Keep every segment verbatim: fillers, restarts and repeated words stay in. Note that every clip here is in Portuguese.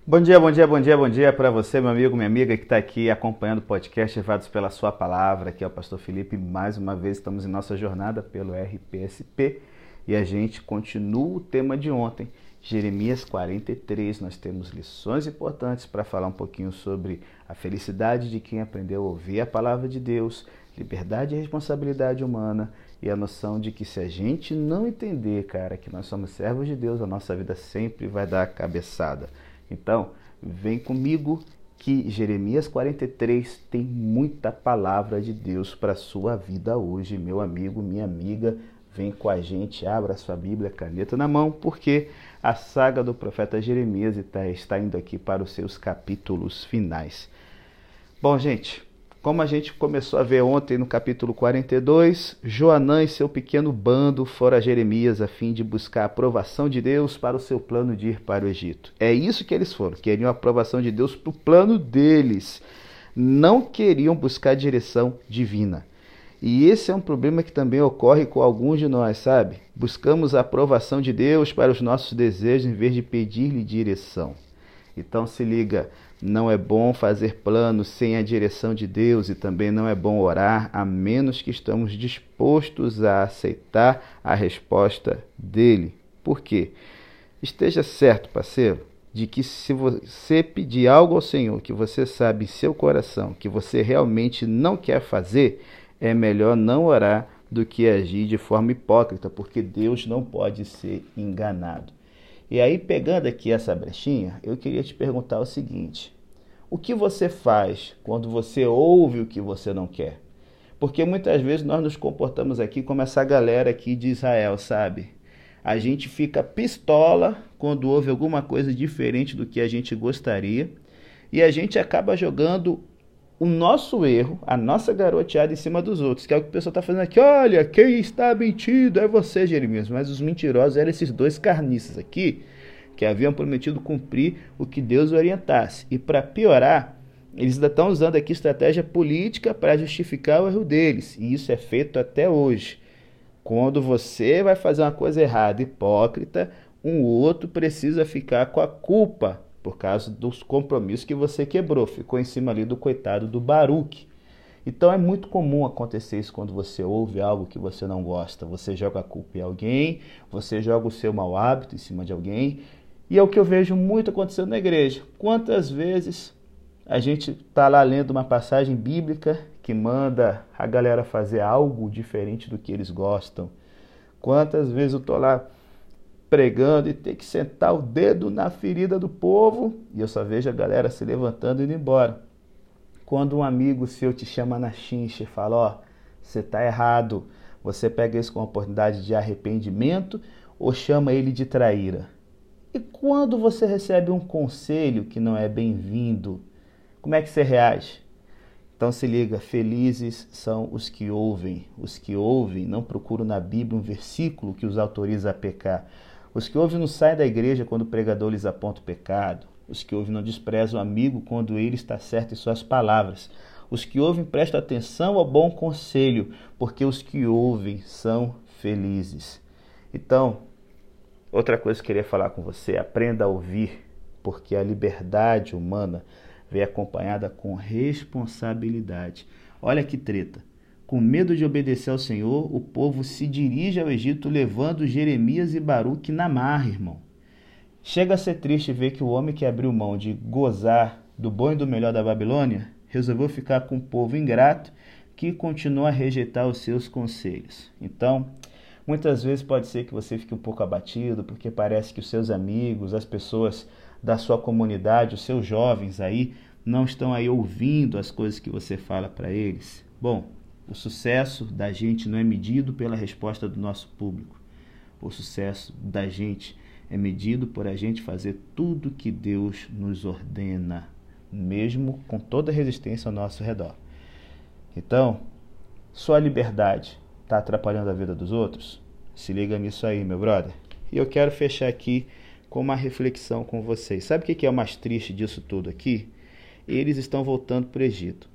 Bom dia, bom dia, bom dia, bom dia para você, meu amigo, minha amiga que está aqui acompanhando o podcast Levados pela Sua Palavra. Aqui é o Pastor Felipe. Mais uma vez estamos em nossa jornada pelo R P S P e a gente continua o tema de ontem, Jeremias quarenta e três. Nós temos lições importantes para falar um pouquinho sobre a felicidade de quem aprendeu a ouvir a palavra de Deus, liberdade e responsabilidade humana e a noção de que se a gente não entender, cara, que nós somos servos de Deus, a nossa vida sempre vai dar cabeçada. Então, vem comigo que Jeremias quarenta e três tem muita palavra de Deus para a sua vida hoje, meu amigo, minha amiga. Vem com a gente, abra a sua Bíblia, caneta na mão, porque a saga do profeta Jeremias está, está indo aqui para os seus capítulos finais. Bom, gente, como a gente começou a ver ontem no capítulo quarenta e dois, Joanã e seu pequeno bando foram a Jeremias a fim de buscar a aprovação de Deus para o seu plano de ir para o Egito. É isso que eles foram, queriam a aprovação de Deus para o plano deles. Não queriam buscar a direção divina. E esse é um problema que também ocorre com alguns de nós, sabe? Buscamos a aprovação de Deus para os nossos desejos em vez de pedir-lhe direção. Então se liga, não é bom fazer planos sem a direção de Deus e também não é bom orar a menos que estamos dispostos a aceitar a resposta dele. Por quê? Esteja certo, parceiro, de que se você pedir algo ao Senhor que você sabe em seu coração que você realmente não quer fazer, é melhor não orar do que agir de forma hipócrita, porque Deus não pode ser enganado. E aí, pegando aqui essa brechinha, eu queria te perguntar o seguinte: o que você faz quando você ouve o que você não quer? Porque muitas vezes nós nos comportamos aqui como essa galera aqui de Israel, sabe? A gente fica pistola quando ouve alguma coisa diferente do que a gente gostaria e a gente acaba jogando o nosso erro, a nossa garoteada em cima dos outros, que é o que o pessoal está fazendo aqui. Olha, quem está mentindo é você, Jeremias. Mas os mentirosos eram esses dois carniças aqui, que haviam prometido cumprir o que Deus orientasse. E para piorar, eles ainda estão usando aqui estratégia política para justificar o erro deles. E isso é feito até hoje. Quando você vai fazer uma coisa errada, hipócrita, um outro precisa ficar com a culpa por causa dos compromissos que você quebrou. Ficou em cima ali do coitado do Baruque. Então é muito comum acontecer isso quando você ouve algo que você não gosta. Você joga a culpa em alguém, você joga o seu mau hábito em cima de alguém. E é o que eu vejo muito acontecendo na igreja. Quantas vezes a gente está lá lendo uma passagem bíblica que manda a galera fazer algo diferente do que eles gostam? Quantas vezes eu estou lá pregando e ter que sentar o dedo na ferida do povo e eu só vejo a galera se levantando e indo embora. Quando um amigo seu te chama na chincha e fala, ó, você tá errado, você pega isso com uma oportunidade de arrependimento ou chama ele de traíra? E quando você recebe um conselho que não é bem-vindo, como é que você reage? Então se liga, felizes são os que ouvem. Os que ouvem não procuram na Bíblia um versículo que os autoriza a pecar. Os que ouvem não saem da igreja quando o pregador lhes aponta o pecado. Os que ouvem não desprezam o amigo quando ele está certo em suas palavras. Os que ouvem prestam atenção ao bom conselho, porque os que ouvem são felizes. Então, outra coisa que eu queria falar com você, aprenda a ouvir, porque a liberdade humana vem acompanhada com responsabilidade. Olha que treta. Com medo de obedecer ao Senhor, o povo se dirige ao Egito levando Jeremias e Baruque na marra, irmão. Chega a ser triste ver que o homem que abriu mão de gozar do bom e do melhor da Babilônia resolveu ficar com um povo ingrato que continua a rejeitar os seus conselhos. Então, muitas vezes pode ser que você fique um pouco abatido porque parece que os seus amigos, as pessoas da sua comunidade, os seus jovens aí, não estão aí ouvindo as coisas que você fala para eles. Bom, o sucesso da gente não é medido pela resposta do nosso público. O sucesso da gente é medido por a gente fazer tudo que Deus nos ordena, mesmo com toda a resistência ao nosso redor. Então, sua liberdade está atrapalhando a vida dos outros? Se liga nisso aí, meu brother. E eu quero fechar aqui com uma reflexão com vocês. Sabe o que é o mais triste disso tudo aqui? Eles estão voltando para o Egito.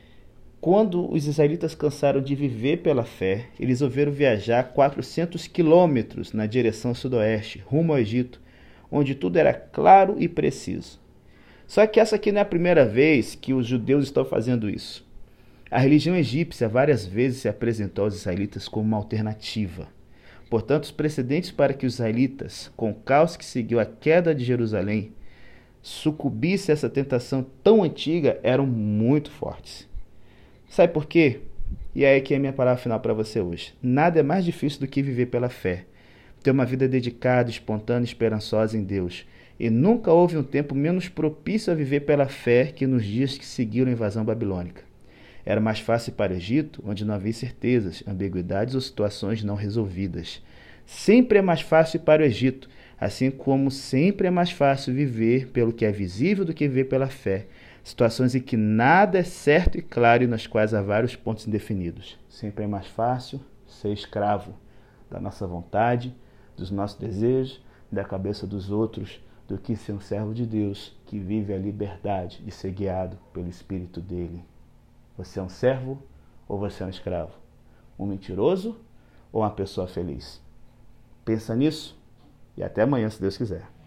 Quando os israelitas cansaram de viver pela fé, eles resolveram viajar quatrocentos quilômetros na direção sudoeste, rumo ao Egito, onde tudo era claro e preciso. Só que essa aqui não é a primeira vez que os judeus estão fazendo isso. A religião egípcia várias vezes se apresentou aos israelitas como uma alternativa. Portanto, os precedentes para que os israelitas, com o caos que seguiu a queda de Jerusalém, sucumbissem a essa tentação tão antiga eram muito fortes. Sabe por quê? E aí que é a minha palavra final para você hoje. Nada é mais difícil do que viver pela fé. Ter uma vida dedicada, espontânea e esperançosa em Deus. E nunca houve um tempo menos propício a viver pela fé que nos dias que seguiram a invasão babilônica. Era mais fácil para o Egito, onde não havia certezas, ambiguidades ou situações não resolvidas. Sempre é mais fácil para o Egito, assim como sempre é mais fácil viver pelo que é visível do que viver pela fé. Situações em que nada é certo e claro e nas quais há vários pontos indefinidos. Sempre é mais fácil ser escravo da nossa vontade, dos nossos desejos, da cabeça dos outros, do que ser um servo de Deus que vive a liberdade de ser guiado pelo Espírito dele. Você é um servo ou você é um escravo? Um mentiroso ou uma pessoa feliz? Pensa nisso e até amanhã, se Deus quiser.